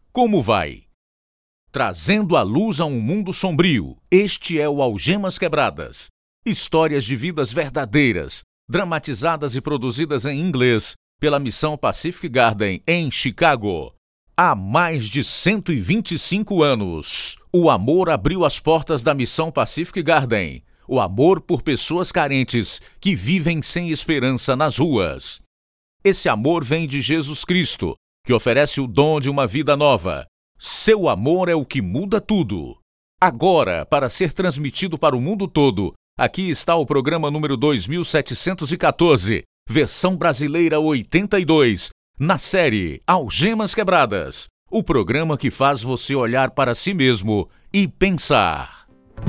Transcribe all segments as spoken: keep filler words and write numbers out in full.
Como vai? Trazendo a luz a um mundo sombrio, este é o Algemas Quebradas. Histórias de vidas verdadeiras, dramatizadas e produzidas em inglês pela Missão Pacific Garden em Chicago. Há mais de cento e vinte e cinco anos, o amor abriu as portas da Missão Pacific Garden. O amor por pessoas carentes que vivem sem esperança nas ruas. Esse amor vem de Jesus Cristo, que oferece o dom de uma vida nova. Seu amor é o que muda tudo. Agora, para ser transmitido para o mundo todo, aqui está o programa número dois mil setecentos e quatorze, versão brasileira oitenta e dois, na série Algemas Quebradas, o programa que faz você olhar para si mesmo e pensar.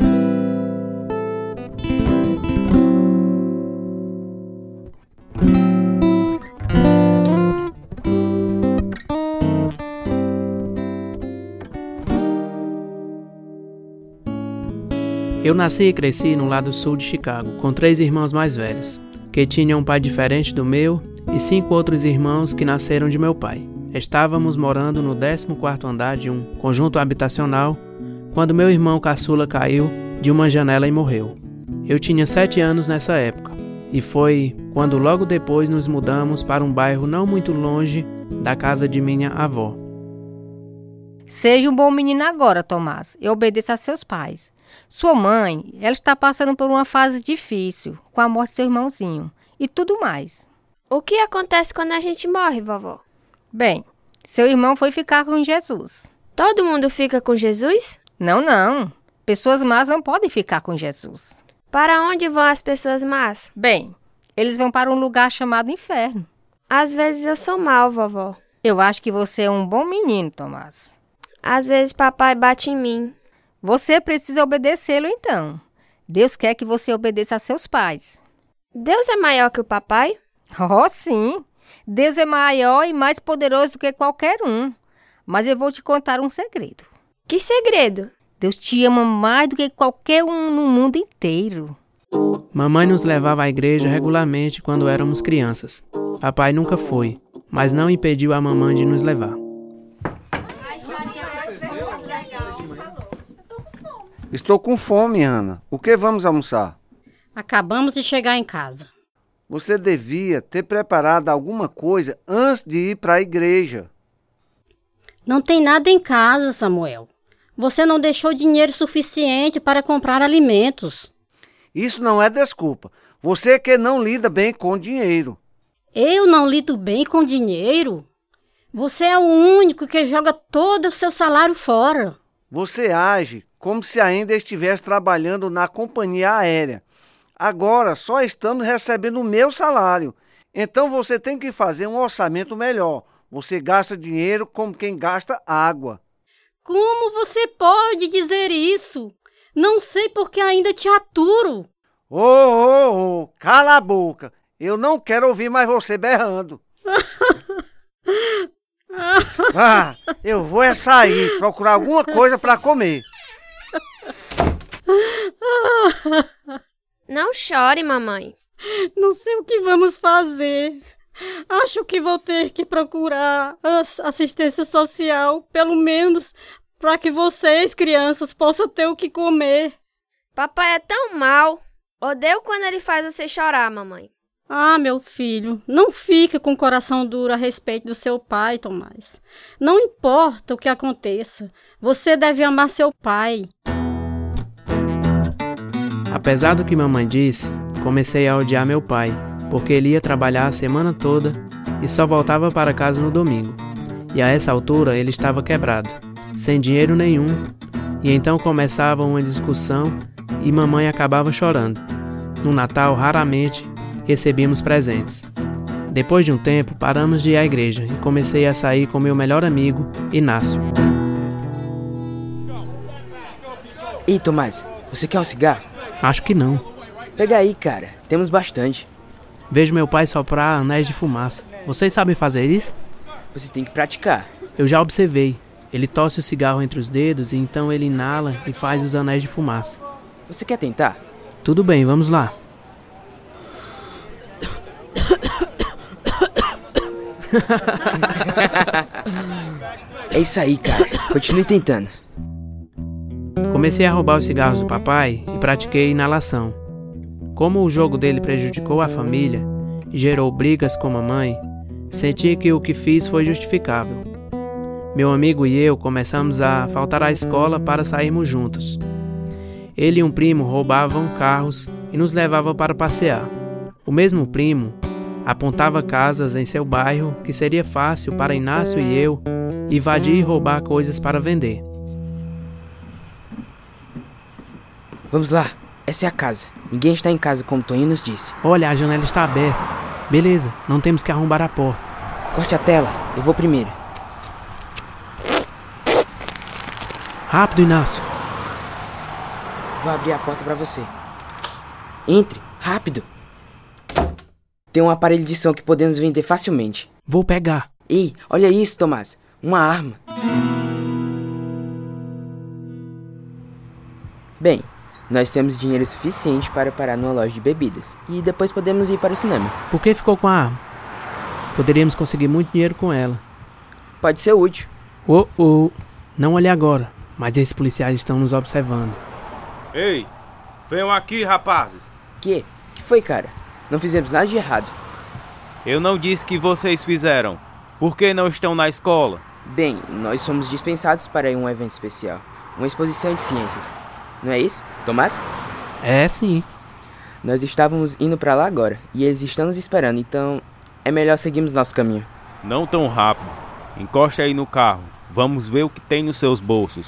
Eu nasci e cresci no lado sul de Chicago, com três irmãos mais velhos, que tinham um pai diferente do meu, e cinco outros irmãos que nasceram de meu pai. Estávamos morando no décimo quarto andar de um conjunto habitacional, quando meu irmão caçula caiu de uma janela e morreu. Eu tinha sete anos nessa época, e foi quando logo depois nos mudamos para um bairro não muito longe da casa de minha avó. Seja um bom menino agora, Tomás, e obedeça a seus pais. Sua mãe, ela está passando por uma fase difícil, com a morte de seu irmãozinho, e tudo mais. O que acontece quando a gente morre, vovó? Bem, seu irmão foi ficar com Jesus. Todo mundo fica com Jesus? Não, não. Pessoas más não podem ficar com Jesus. Para onde vão as pessoas más? Bem, eles vão para um lugar chamado inferno. Às vezes eu sou mal, vovó. Eu acho que você é um bom menino, Tomás. Às vezes papai bate em mim. Você precisa obedecê-lo então. Deus quer que você obedeça a seus pais. Deus é maior que o papai? Oh, sim. Deus é maior e mais poderoso do que qualquer um. Mas eu vou te contar um segredo. Que segredo? Deus te ama mais do que qualquer um no mundo inteiro. Mamãe nos levava à igreja regularmente quando éramos crianças. Papai nunca foi, mas não impediu a mamãe de nos levar. Estou com fome, Ana. O que vamos almoçar? Acabamos de chegar em casa. Você devia ter preparado alguma coisa antes de ir para a igreja. Não tem nada em casa, Samuel. Você não deixou dinheiro suficiente para comprar alimentos. Isso não é desculpa. Você que não lida bem com dinheiro. Eu não lido bem com dinheiro? Você é o único que joga todo o seu salário fora. Você age como se ainda estivesse trabalhando na companhia aérea. Agora só estamos recebendo o meu salário. Então você tem que fazer um orçamento melhor. Você gasta dinheiro como quem gasta água. Como você pode dizer isso? Não sei porque ainda te aturo. Ô, ô, ô, cala a boca. Eu não quero ouvir mais você berrando. Ah, eu vou é sair, procurar alguma coisa para comer. Não chore, mamãe. Não sei o que vamos fazer. Acho que vou ter que procurar assistência social, pelo menos para que vocês, crianças, possam ter o que comer. Papai é tão mau. Odeio quando ele faz você chorar, mamãe. Ah, meu filho, não fique com o coração duro a respeito do seu pai, Tomás. Não importa o que aconteça, você deve amar seu pai. Apesar do que mamãe disse, comecei a odiar meu pai, porque ele ia trabalhar a semana toda e só voltava para casa no domingo. E a essa altura ele estava quebrado, sem dinheiro nenhum, e então começava uma discussão e mamãe acabava chorando. No Natal, raramente recebíamos presentes. Depois de um tempo, paramos de ir à igreja e comecei a sair com meu melhor amigo, Inácio. Ei, Tomás, você quer um cigarro? Acho que não. Pega aí, cara. Temos bastante. Vejo meu pai soprar anéis de fumaça. Vocês sabem fazer isso? Você tem que praticar. Eu já observei. Ele tosse o cigarro entre os dedos e então ele inala e faz os anéis de fumaça. Você quer tentar? Tudo bem, vamos lá. É isso aí, cara. Continue tentando. Comecei a roubar os cigarros do papai e pratiquei inalação. Como o jogo dele prejudicou a família e gerou brigas com a mamãe, senti que o que fiz foi justificável. Meu amigo e eu começamos a faltar à escola para sairmos juntos. Ele e um primo roubavam carros e nos levavam para passear. O mesmo primo apontava casas em seu bairro que seria fácil para Inácio e eu invadir e roubar coisas para vender. Vamos lá, essa é a casa. Ninguém está em casa, como Toninho nos disse. Olha, a janela está aberta. Beleza, não temos que arrombar a porta. Corte a tela, eu vou primeiro. Rápido, Inácio. Vou abrir a porta para você. Entre, rápido. Tem um aparelho de som que podemos vender facilmente. Vou pegar. Ei, olha isso, Tomás. Uma arma. Bem, nós temos dinheiro suficiente para parar numa loja de bebidas. E depois podemos ir para o cinema. Por que ficou com a arma? Poderíamos conseguir muito dinheiro com ela. Pode ser útil. Oh, oh. Não olhe agora, mas esses policiais estão nos observando. Ei, venham aqui, rapazes. Que? Que foi, cara? Não fizemos nada de errado. Eu não disse que vocês fizeram. Por que não estão na escola? Bem, nós somos dispensados para um evento especial. Uma exposição de ciências. Não é isso, Tomás? É, sim. Nós estávamos indo para lá agora, e eles estão nos esperando, então é melhor seguirmos nosso caminho. Não tão rápido. Encoste aí no carro. Vamos ver o que tem nos seus bolsos.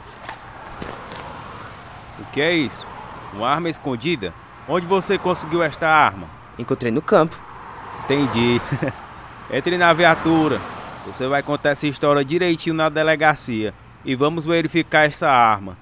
O que é isso? Uma arma escondida? Onde você conseguiu esta arma? Encontrei no campo. Entendi. Entre na viatura. Você vai contar essa história direitinho na delegacia. E vamos verificar essa arma.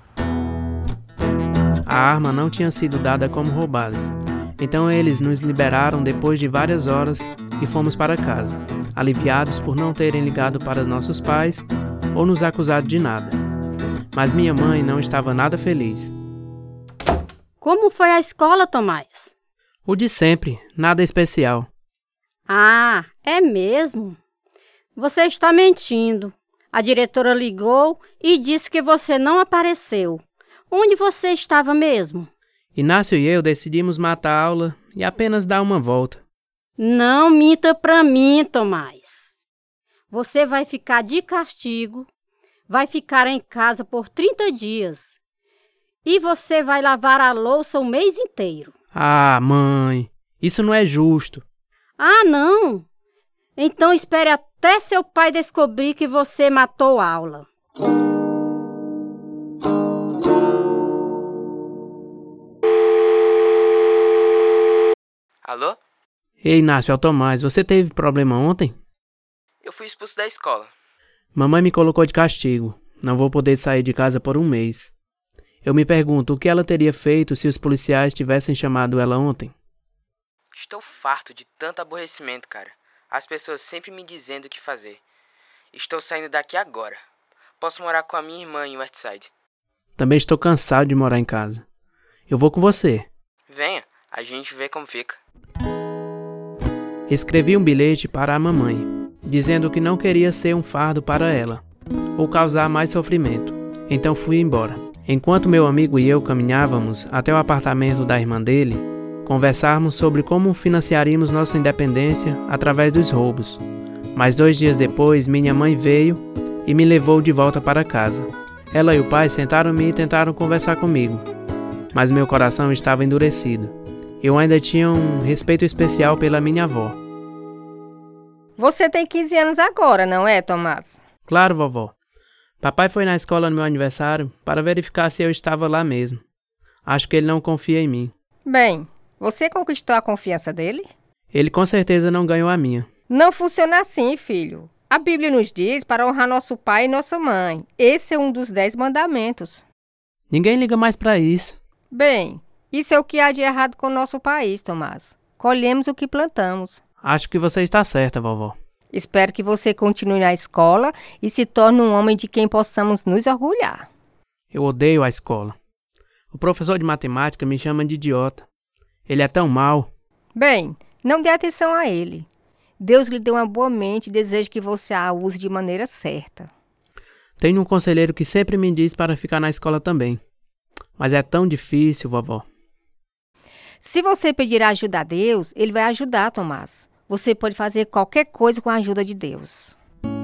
A arma não tinha sido dada como roubada. Então eles nos liberaram depois de várias horas e fomos para casa, aliviados por não terem ligado para nossos pais ou nos acusado de nada. Mas minha mãe não estava nada feliz. Como foi a escola, Tomás? O de sempre, nada especial. Ah, é mesmo? Você está mentindo. A diretora ligou e disse que você não apareceu. Onde você estava mesmo? Inácio e eu decidimos matar a aula e apenas dar uma volta. Não minta pra mim, Tomás. Você vai ficar de castigo, vai ficar em casa por trinta dias. E você vai lavar a louça o mês inteiro. Ah, mãe, isso não é justo. Ah, não? Então espere até seu pai descobrir que você matou a aula. Alô? Ei, Inácio, é o Tomás, você teve problema ontem? Eu fui expulso da escola. Mamãe me colocou de castigo. Não vou poder sair de casa por um mês. Eu me pergunto o que ela teria feito se os policiais tivessem chamado ela ontem. Estou farto de tanto aborrecimento, cara. As pessoas sempre me dizendo o que fazer. Estou saindo daqui agora. Posso morar com a minha irmã em Westside. Também estou cansado de morar em casa. Eu vou com você. Venha, a gente vê como fica. Escrevi um bilhete para a mamãe, dizendo que não queria ser um fardo para ela, ou causar mais sofrimento. Então fui embora. Enquanto meu amigo e eu caminhávamos até o apartamento da irmã dele, conversarmos sobre como financiaríamos nossa independência através dos roubos. Mas dois dias depois, minha mãe veio e me levou de volta para casa. Ela e o pai sentaram-me e tentaram conversar comigo, mas meu coração estava endurecido. Eu ainda tinha um respeito especial pela minha avó. Você tem quinze anos agora, não é, Tomás? Claro, vovó. Papai foi na escola no meu aniversário para verificar se eu estava lá mesmo. Acho que ele não confia em mim. Bem, você conquistou a confiança dele? Ele com certeza não ganhou a minha. Não funciona assim, filho. A Bíblia nos diz para honrar nosso pai e nossa mãe. Esse é um dos dez mandamentos. Ninguém liga mais para isso. Bem, isso é o que há de errado com o nosso país, Tomás. Colhemos o que plantamos. Acho que você está certa, vovó. Espero que você continue na escola e se torne um homem de quem possamos nos orgulhar. Eu odeio a escola. O professor de matemática me chama de idiota. Ele é tão mau. Bem, não dê atenção a ele. Deus lhe deu uma boa mente e deseja que você a use de maneira certa. Tenho um conselheiro que sempre me diz para ficar na escola também. Mas é tão difícil, vovó. Se você pedir ajuda a Deus, Ele vai ajudar, Tomás. Você pode fazer qualquer coisa com a ajuda de Deus.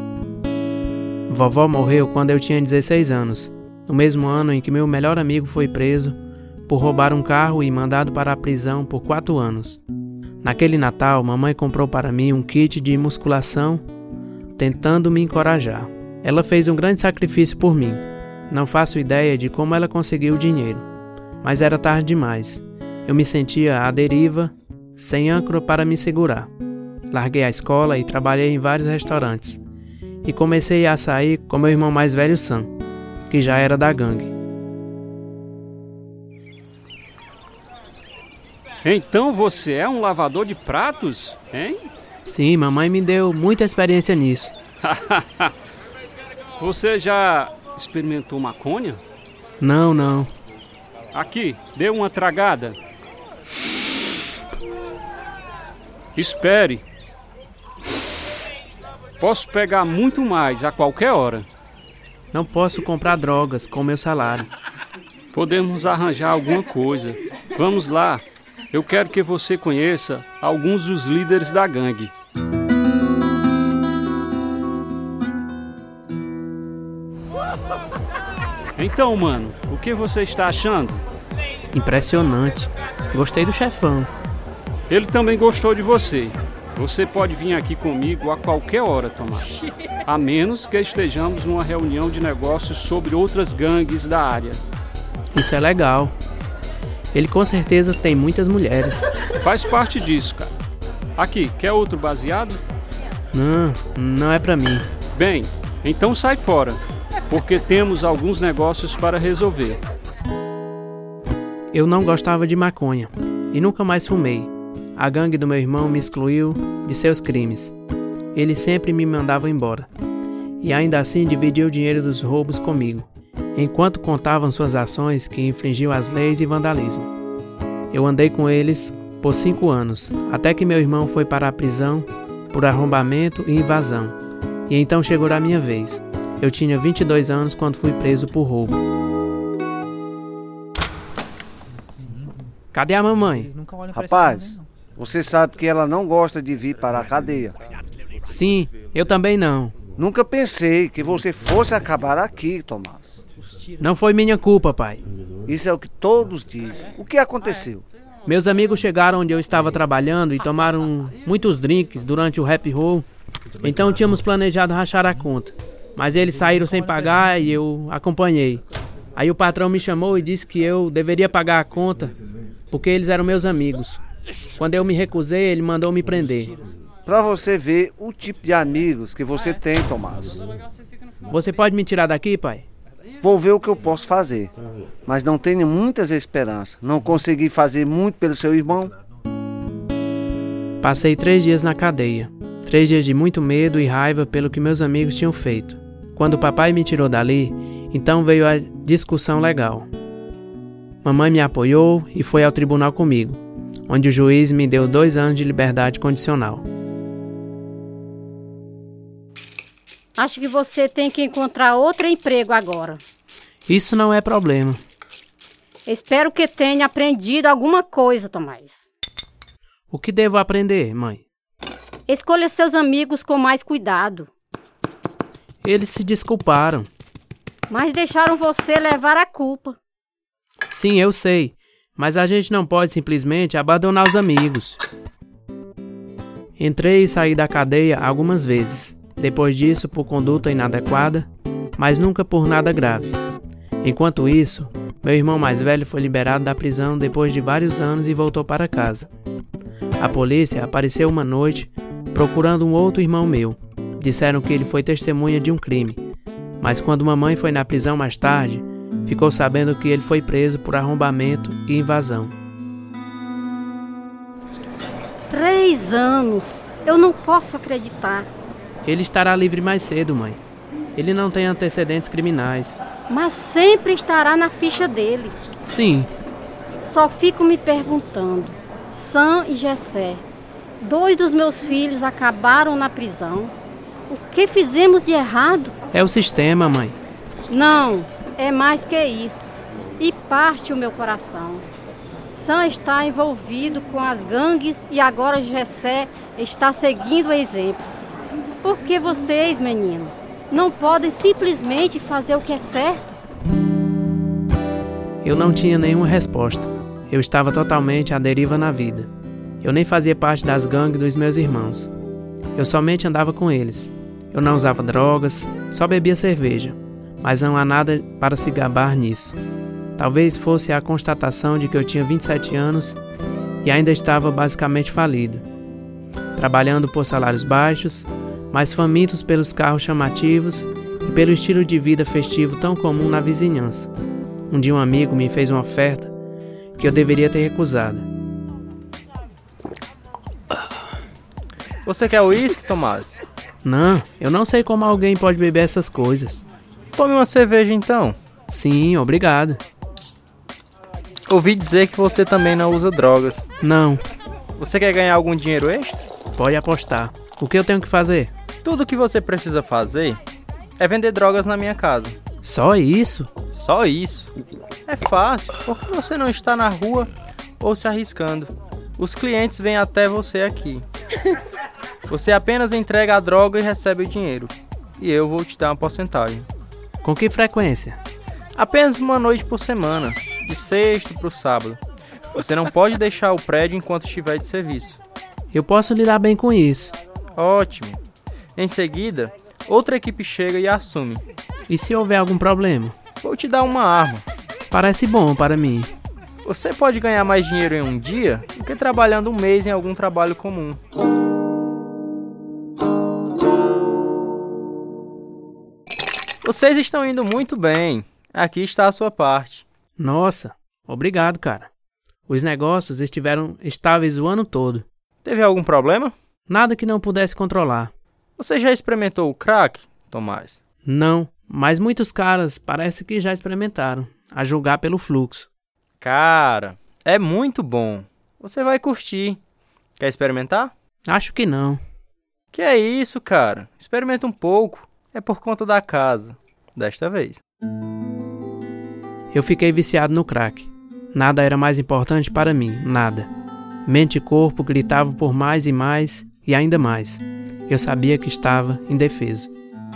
Vovó morreu quando eu tinha dezesseis anos, no mesmo ano em que meu melhor amigo foi preso por roubar um carro e mandado para a prisão por quatro anos. Naquele Natal, mamãe comprou para mim um kit de musculação, tentando me encorajar. Ela fez um grande sacrifício por mim. Não faço ideia de como ela conseguiu o dinheiro, mas era tarde demais. Eu me sentia à deriva, sem âncora para me segurar. Larguei a escola e trabalhei em vários restaurantes. E comecei a sair com meu irmão mais velho, Sam, que já era da gangue. Então você é um lavador de pratos, hein? Sim, mamãe me deu muita experiência nisso. Você já experimentou maconha? Não, não. Aqui, dê uma tragada. Espere. Posso pegar muito mais a qualquer hora. Não posso comprar drogas com meu salário. Podemos arranjar alguma coisa. Vamos lá. Eu quero que você conheça alguns dos líderes da gangue. Então, mano, o que você está achando? Impressionante. Gostei do chefão. Ele também gostou de você. Você pode vir aqui comigo a qualquer hora, Tomás. A menos que estejamos numa reunião de negócios sobre outras gangues da área. Isso é legal. Ele com certeza tem muitas mulheres. Faz parte disso, cara. Aqui, quer outro baseado? Não, não é pra mim. Bem, então sai fora, porque temos alguns negócios para resolver. Eu não gostava de maconha e nunca mais fumei. A gangue do meu irmão me excluiu de seus crimes. Ele sempre me mandava embora. E ainda assim dividia o dinheiro dos roubos comigo, enquanto contavam suas ações que infringiam as leis e vandalismo. Eu andei com eles por cinco anos, até que meu irmão foi para a prisão por arrombamento e invasão. E então chegou a minha vez. Eu tinha vinte e dois anos quando fui preso por roubo. Cadê a mamãe? Rapaz, você sabe que ela não gosta de vir para a cadeia. Sim, eu também não. Nunca pensei que você fosse acabar aqui, Tomás. Não foi minha culpa, pai. Isso é o que todos dizem. O que aconteceu? Meus amigos chegaram onde eu estava trabalhando e tomaram muitos drinks durante o happy hour. Então tínhamos planejado rachar a conta. Mas eles saíram sem pagar e eu acompanhei. Aí o patrão me chamou e disse que eu deveria pagar a conta porque eles eram meus amigos. Quando eu me recusei, ele mandou me prender. Pra você ver o tipo de amigos que você tem, Tomás. Você pode me tirar daqui, pai? Vou ver o que eu posso fazer. Mas não tenho muitas esperanças. Não consegui fazer muito pelo seu irmão. Passei três dias na cadeia. Três dias de muito medo e raiva pelo que meus amigos tinham feito. Quando o papai me tirou dali, então veio a discussão legal. Mamãe me apoiou e foi ao tribunal comigo, onde o juiz me deu dois anos de liberdade condicional. Acho que você tem que encontrar outro emprego agora. Isso não é problema. Espero que tenha aprendido alguma coisa, Tomás. O que devo aprender, mãe? Escolha seus amigos com mais cuidado. Eles se desculparam. Mas deixaram você levar a culpa. Sim, eu sei. Mas a gente não pode simplesmente abandonar os amigos. Entrei e saí da cadeia algumas vezes. Depois disso, por conduta inadequada, mas nunca por nada grave. Enquanto isso, meu irmão mais velho foi liberado da prisão depois de vários anos e voltou para casa. A polícia apareceu uma noite procurando um outro irmão meu. Disseram que ele foi testemunha de um crime, mas quando mamãe foi na prisão mais tarde, ficou sabendo que ele foi preso por arrombamento e invasão. Três anos! Eu não posso acreditar. Ele estará livre mais cedo, mãe. Ele não tem antecedentes criminais. Mas sempre estará na ficha dele. Sim. Só fico me perguntando, Sam e Jessé, Dois dos meus filhos acabaram na prisão. O que fizemos de errado? É o sistema, mãe. Não, é mais que isso. E parte o meu coração. Sam está envolvido com as gangues e agora Jessé está seguindo o exemplo. Por que vocês, meninos, não podem simplesmente fazer o que é certo? Eu não tinha nenhuma resposta. Eu estava totalmente à deriva na vida. Eu nem fazia parte das gangues dos meus irmãos. Eu somente andava com eles. Eu não usava drogas, só bebia cerveja. Mas não há nada para se gabar nisso. Talvez fosse a constatação de que eu tinha vinte e sete anos e ainda estava basicamente falido. Trabalhando por salários baixos, mas famintos pelos carros chamativos e pelo estilo de vida festivo tão comum na vizinhança. Um dia um amigo me fez uma oferta que eu deveria ter recusado. Você quer uísque, Tomás? Não, eu não sei como alguém pode beber essas coisas. Tome uma cerveja então. Sim, obrigado. Ouvi dizer que você também não usa drogas. Não. Você quer ganhar algum dinheiro extra? Pode apostar. O que eu tenho que fazer? Tudo o que você precisa fazer é vender drogas na minha casa. Só isso? Só isso. É fácil, porque você não está na rua ou se arriscando. Os clientes vêm até você aqui. Você apenas entrega a droga e recebe o dinheiro. E eu vou te dar uma porcentagem. Com que frequência? Apenas uma noite por semana, de sexta para o sábado. Você não pode deixar o prédio enquanto estiver de serviço. Eu posso lidar bem com isso. Ótimo. Em seguida, outra equipe chega e assume. E se houver algum problema? Vou te dar uma arma. Parece bom para mim. Você pode ganhar mais dinheiro em um dia do que trabalhando um mês em algum trabalho comum. Vocês estão indo muito bem. Aqui está a sua parte. Nossa, obrigado, cara. Os negócios estiveram estáveis o ano todo. Teve algum problema? Nada que não pudesse controlar. Você já experimentou o crack, Tomás? Não, mas muitos caras parece que já experimentaram, a julgar pelo fluxo. Cara, é muito bom. Você vai curtir. Quer experimentar? Acho que não. Que é isso, cara? Experimenta um pouco. É por conta da casa. Desta vez. Eu fiquei viciado no crack. Nada era mais importante para mim, nada. Mente e corpo gritavam por mais e mais e ainda mais. Eu sabia que estava indefeso.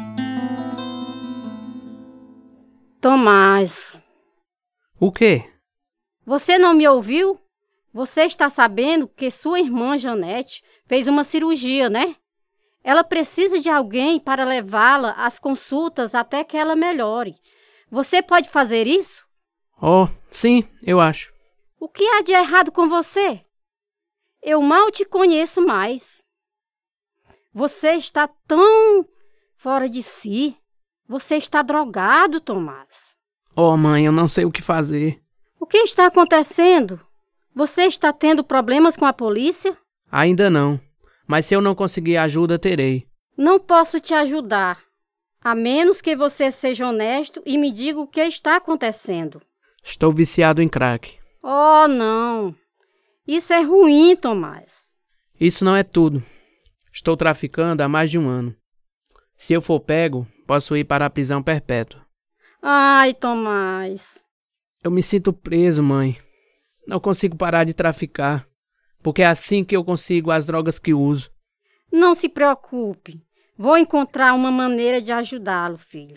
Tomás. O quê? Você não me ouviu? Você está sabendo que sua irmã Janete fez uma cirurgia, né? Ela precisa de alguém para levá-la às consultas até que ela melhore. Você pode fazer isso? Oh, sim, eu acho. O que há de errado com você? Eu mal te conheço mais. Você está tão fora de si. Você está drogado, Tomás. Oh, mãe, eu não sei o que fazer. O que está acontecendo? Você está tendo problemas com a polícia? Ainda não. Mas se eu não conseguir ajuda, terei. Não posso te ajudar, a menos que você seja honesto e me diga o que está acontecendo. Estou viciado em crack. Oh, não. Isso é ruim, Tomás. Isso não é tudo. Estou traficando há mais de um ano. Se eu for pego, posso ir para a prisão perpétua. Ai, Tomás. Eu me sinto preso, mãe. Não consigo parar de traficar. Porque é assim que eu consigo as drogas que uso. Não se preocupe. Vou encontrar uma maneira de ajudá-lo, filho.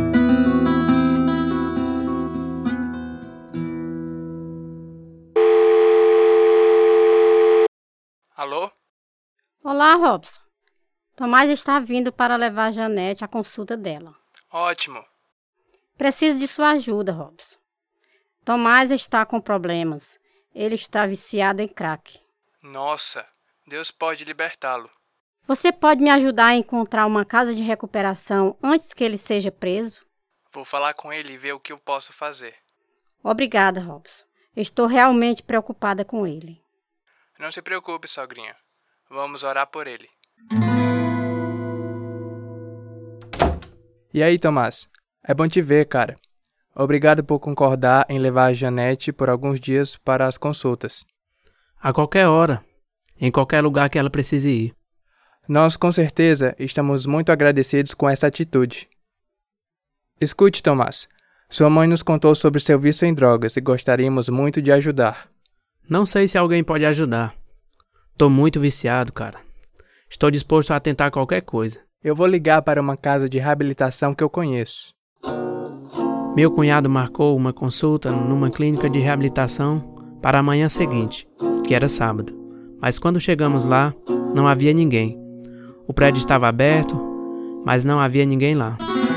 Alô? Olá, Robson. Tomás está vindo para levar a Janete à consulta dela. Ótimo. Preciso de sua ajuda, Robson. Tomás está com problemas. Ele está viciado em crack. Nossa, Deus pode libertá-lo. Você pode me ajudar a encontrar uma casa de recuperação antes que ele seja preso? Vou falar com ele e ver o que eu posso fazer. Obrigada, Robson. Estou realmente preocupada com ele. Não se preocupe, sogrinha. Vamos orar por ele. E aí, Tomás? É bom te ver, cara. Obrigado por concordar em levar a Janete por alguns dias para as consultas. A qualquer hora. em qualquer lugar que ela precise ir. Nós, com certeza, estamos muito agradecidos com essa atitude. Escute, Tomás. Sua mãe nos contou sobre seu vício em drogas e gostaríamos muito de ajudar. Não sei se alguém pode ajudar. Tô muito viciado, cara. Estou disposto a tentar qualquer coisa. Eu vou ligar para uma casa de reabilitação que eu conheço. Meu cunhado marcou uma consulta numa clínica de reabilitação para a manhã seguinte, que era sábado. Mas quando chegamos lá, não havia ninguém. O prédio estava aberto, mas não havia ninguém lá.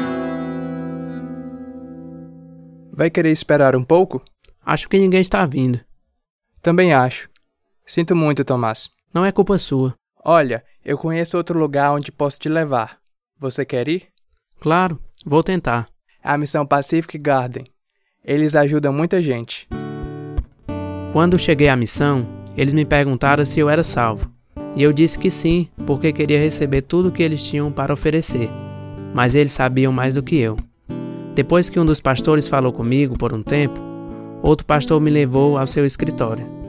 Vai querer esperar um pouco? Acho que ninguém está vindo. Também acho. Sinto muito, Tomás. Não é culpa sua. Olha, eu conheço outro lugar onde posso te levar. Você quer ir? Claro, vou tentar. A missão Pacific Garden. Eles ajudam muita gente. Quando cheguei à missão, eles me perguntaram se eu era salvo. E eu disse que sim, porque queria receber tudo o que eles tinham para oferecer. Mas eles sabiam mais do que eu. Depois que um dos pastores falou comigo por um tempo, outro pastor me levou ao seu escritório.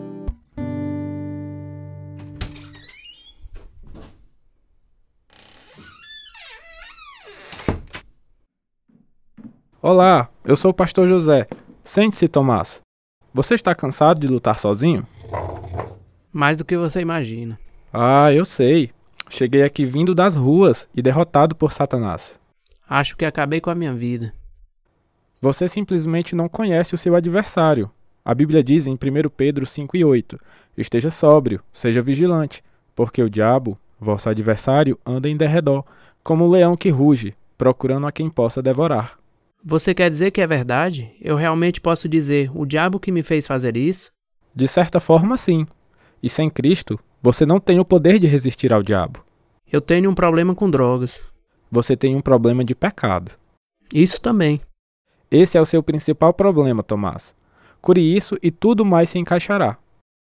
Olá, eu sou o pastor José. Sente-se, Tomás. Você está cansado de lutar sozinho? Mais do que você imagina. Ah, eu sei. Cheguei aqui vindo das ruas e derrotado por Satanás. Acho que acabei com a minha vida. Você simplesmente não conhece o seu adversário. A Bíblia diz em primeiro Pedro cinco e oito, esteja sóbrio, seja vigilante, porque o diabo, vosso adversário, anda em derredor, como um leão que ruge, procurando a quem possa devorar. Você quer dizer que é verdade? Eu realmente posso dizer, o diabo que me fez fazer isso? De certa forma, sim. E sem Cristo, você não tem o poder de resistir ao diabo. Eu tenho um problema com drogas. Você tem um problema de pecado. Isso também. Esse é o seu principal problema, Tomás. Cure isso e tudo mais se encaixará.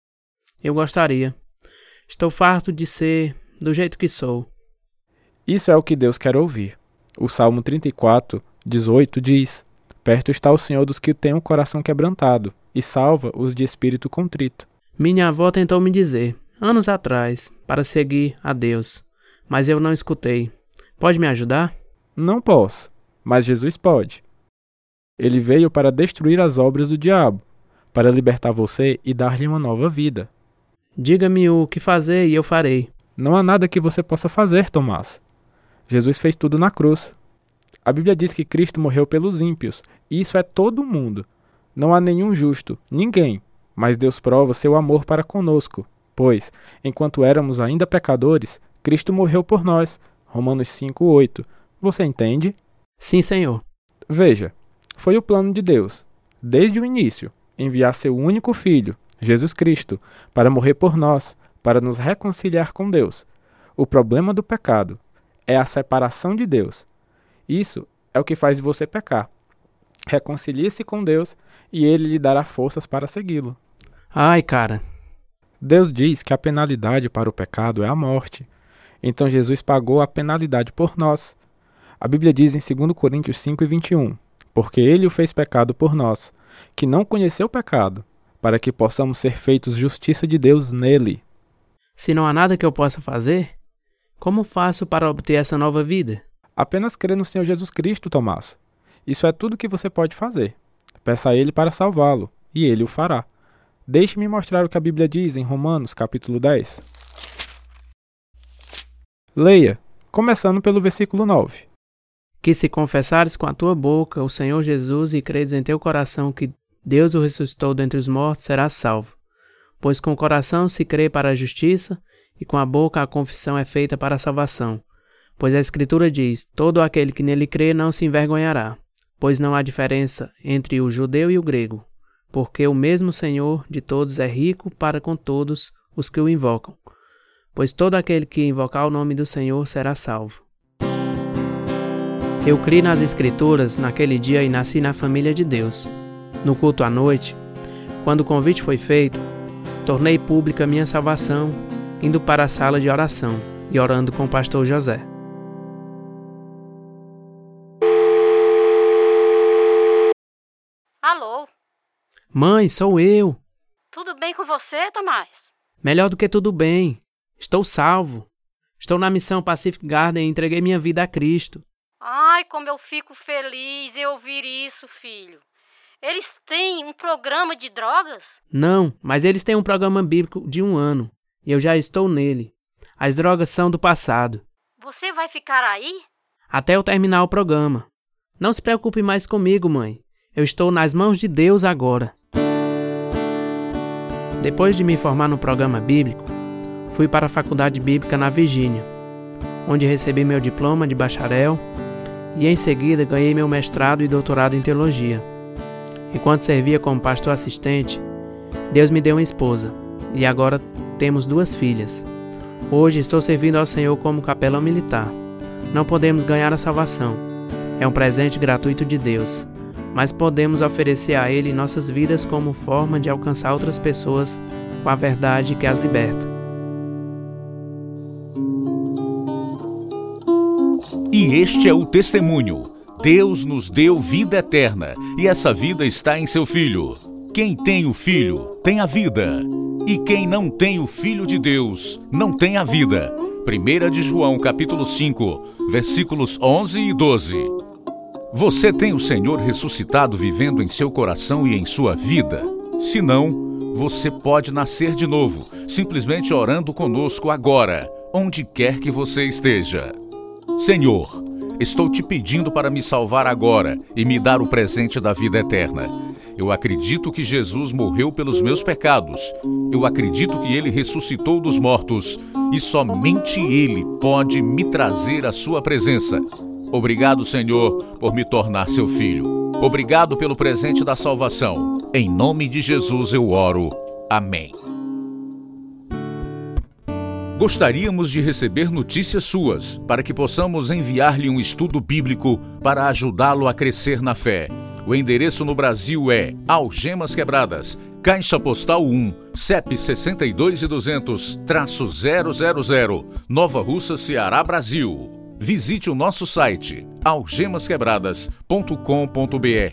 Eu gostaria. Estou farto de ser do jeito que sou. Isso é o que Deus quer ouvir. O Salmo trinta e quatro, dezoito diz, perto está o Senhor dos que têm o coração quebrantado e salva os de espírito contrito. Minha avó tentou me dizer, anos atrás, para seguir a Deus, mas eu não escutei. Pode me ajudar? Não posso, mas Jesus pode. Ele veio para destruir as obras do diabo, para libertar você e dar-lhe uma nova vida. Diga-me o que fazer e eu farei. Não há nada que você possa fazer, Tomás. Jesus fez tudo na cruz. A Bíblia diz que Cristo morreu pelos ímpios, e isso é todo mundo. Não há nenhum justo, ninguém, mas Deus prova seu amor para conosco, pois, enquanto éramos ainda pecadores, Cristo morreu por nós. Romanos cinco, oito. Você entende? Sim, Senhor. Veja, foi o plano de Deus, desde o início, enviar seu único Filho, Jesus Cristo, para morrer por nós, para nos reconciliar com Deus. O problema do pecado é a separação de Deus. Isso é o que faz você pecar. Reconcilie-se com Deus e Ele lhe dará forças para segui-lo. Ai, cara. Deus diz que a penalidade para o pecado é a morte. Então Jesus pagou a penalidade por nós. A Bíblia diz em dois Coríntios cinco, vinte e um, porque Ele o fez pecado por nós, que não conheceu o pecado, para que possamos ser feitos justiça de Deus nele. Se não há nada que eu possa fazer, como faço para obter essa nova vida? Apenas crê no Senhor Jesus Cristo, Tomás. Isso é tudo que você pode fazer. Peça a Ele para salvá-lo, e Ele o fará. Deixe-me mostrar o que a Bíblia diz em Romanos, capítulo dez. Leia, começando pelo versículo nove. Que se confessares com a tua boca o Senhor Jesus e credes em teu coração que Deus o ressuscitou dentre os mortos, serás salvo. Pois com o coração se crê para a justiça, e com a boca a confissão é feita para a salvação. Pois a Escritura diz, todo aquele que nele crê não se envergonhará. Pois não há diferença entre o judeu e o grego, porque o mesmo Senhor de todos é rico para com todos os que o invocam. Pois todo aquele que invocar o nome do Senhor será salvo. Eu criei nas Escrituras naquele dia e nasci na família de Deus. No culto à noite, quando o convite foi feito, tornei pública minha salvação, indo para a sala de oração e orando com o pastor José. Alô? Mãe, sou eu. Tudo bem com você, Tomás? Melhor do que tudo bem. Estou salvo. Estou na missão Pacific Garden e entreguei minha vida a Cristo. Ai, como eu fico feliz em ouvir isso, filho. Eles têm um programa de drogas? Não, mas eles têm um programa bíblico de um ano. E eu já estou nele. As drogas são do passado. Você vai ficar aí? Até eu terminar o programa. Não se preocupe mais comigo, mãe. Eu estou nas mãos de Deus agora. Depois de me formar no programa bíblico, fui para a Faculdade Bíblica na Virgínia, onde recebi meu diploma de bacharel e em seguida ganhei meu mestrado e doutorado em teologia. Enquanto servia como pastor assistente, Deus me deu uma esposa e agora temos duas filhas. Hoje estou servindo ao Senhor como capelão militar. Não podemos ganhar a salvação. É um presente gratuito de Deus, mas podemos oferecer a Ele nossas vidas como forma de alcançar outras pessoas com a verdade que as liberta. E este é o testemunho. Deus nos deu vida eterna, e essa vida está em seu Filho. Quem tem o Filho, tem a vida. E quem não tem o Filho de Deus, não tem a vida. primeira de João, capítulo cinco, versículos onze e doze. Você tem o Senhor ressuscitado vivendo em seu coração e em sua vida? Se não, você pode nascer de novo, simplesmente orando conosco agora, onde quer que você esteja. Senhor, estou te pedindo para me salvar agora e me dar o presente da vida eterna. Eu acredito que Jesus morreu pelos meus pecados. Eu acredito que Ele ressuscitou dos mortos e somente Ele pode me trazer a sua presença. Obrigado, Senhor, por me tornar seu filho. Obrigado pelo presente da salvação. Em nome de Jesus eu oro. Amém. Gostaríamos de receber notícias suas, para que possamos enviar-lhe um estudo bíblico para ajudá-lo a crescer na fé. O endereço no Brasil é Algemas Quebradas, Caixa Postal um, C E P sessenta e dois e duzentos, zero zero zero, Nova Russa, Ceará, Brasil. Visite o nosso site algemas quebradas ponto com ponto br.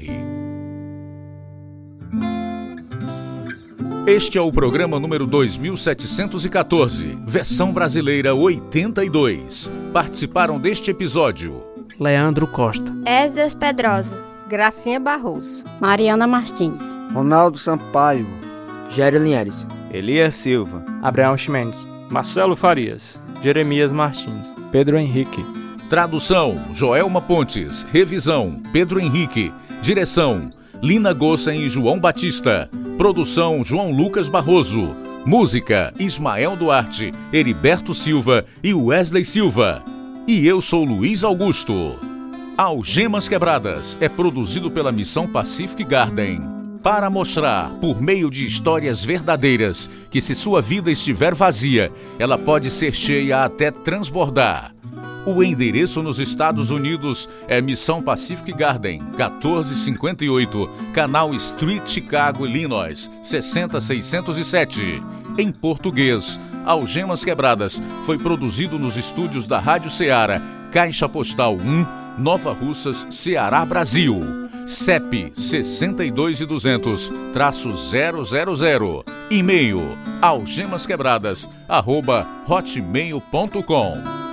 Este é o programa número dois mil setecentos e quatorze, versão brasileira oitenta e dois. Participaram deste episódio Leandro Costa, Esdras Pedrosa, Gracinha Barroso, Mariana Martins, Ronaldo Sampaio, Gério Linhares, Elias Silva, Abraão Chimenez, Marcelo Farias, Jeremias Martins, Pedro Henrique. Tradução, Joelma Pontes. Revisão, Pedro Henrique. Direção, Lina Gossen e João Batista. Produção, João Lucas Barroso. Música, Ismael Duarte, Heriberto Silva e Wesley Silva. E eu sou Luiz Augusto. Algemas Quebradas é produzido pela Missão Pacific Garden para mostrar, por meio de histórias verdadeiras, que se sua vida estiver vazia, ela pode ser cheia até transbordar. O endereço nos Estados Unidos é Missão Pacific Garden, quatorze cinquenta e oito, Canal Street, Chicago, Illinois, sessenta seiscentos e sete. Em português, Algemas Quebradas foi produzido nos estúdios da Rádio Ceará, Caixa Postal um, Nova Russas, Ceará, Brasil. C E P sessenta e dois e duzentos, zero zero zero. E-mail algemasquebradas arroba hotmail ponto com.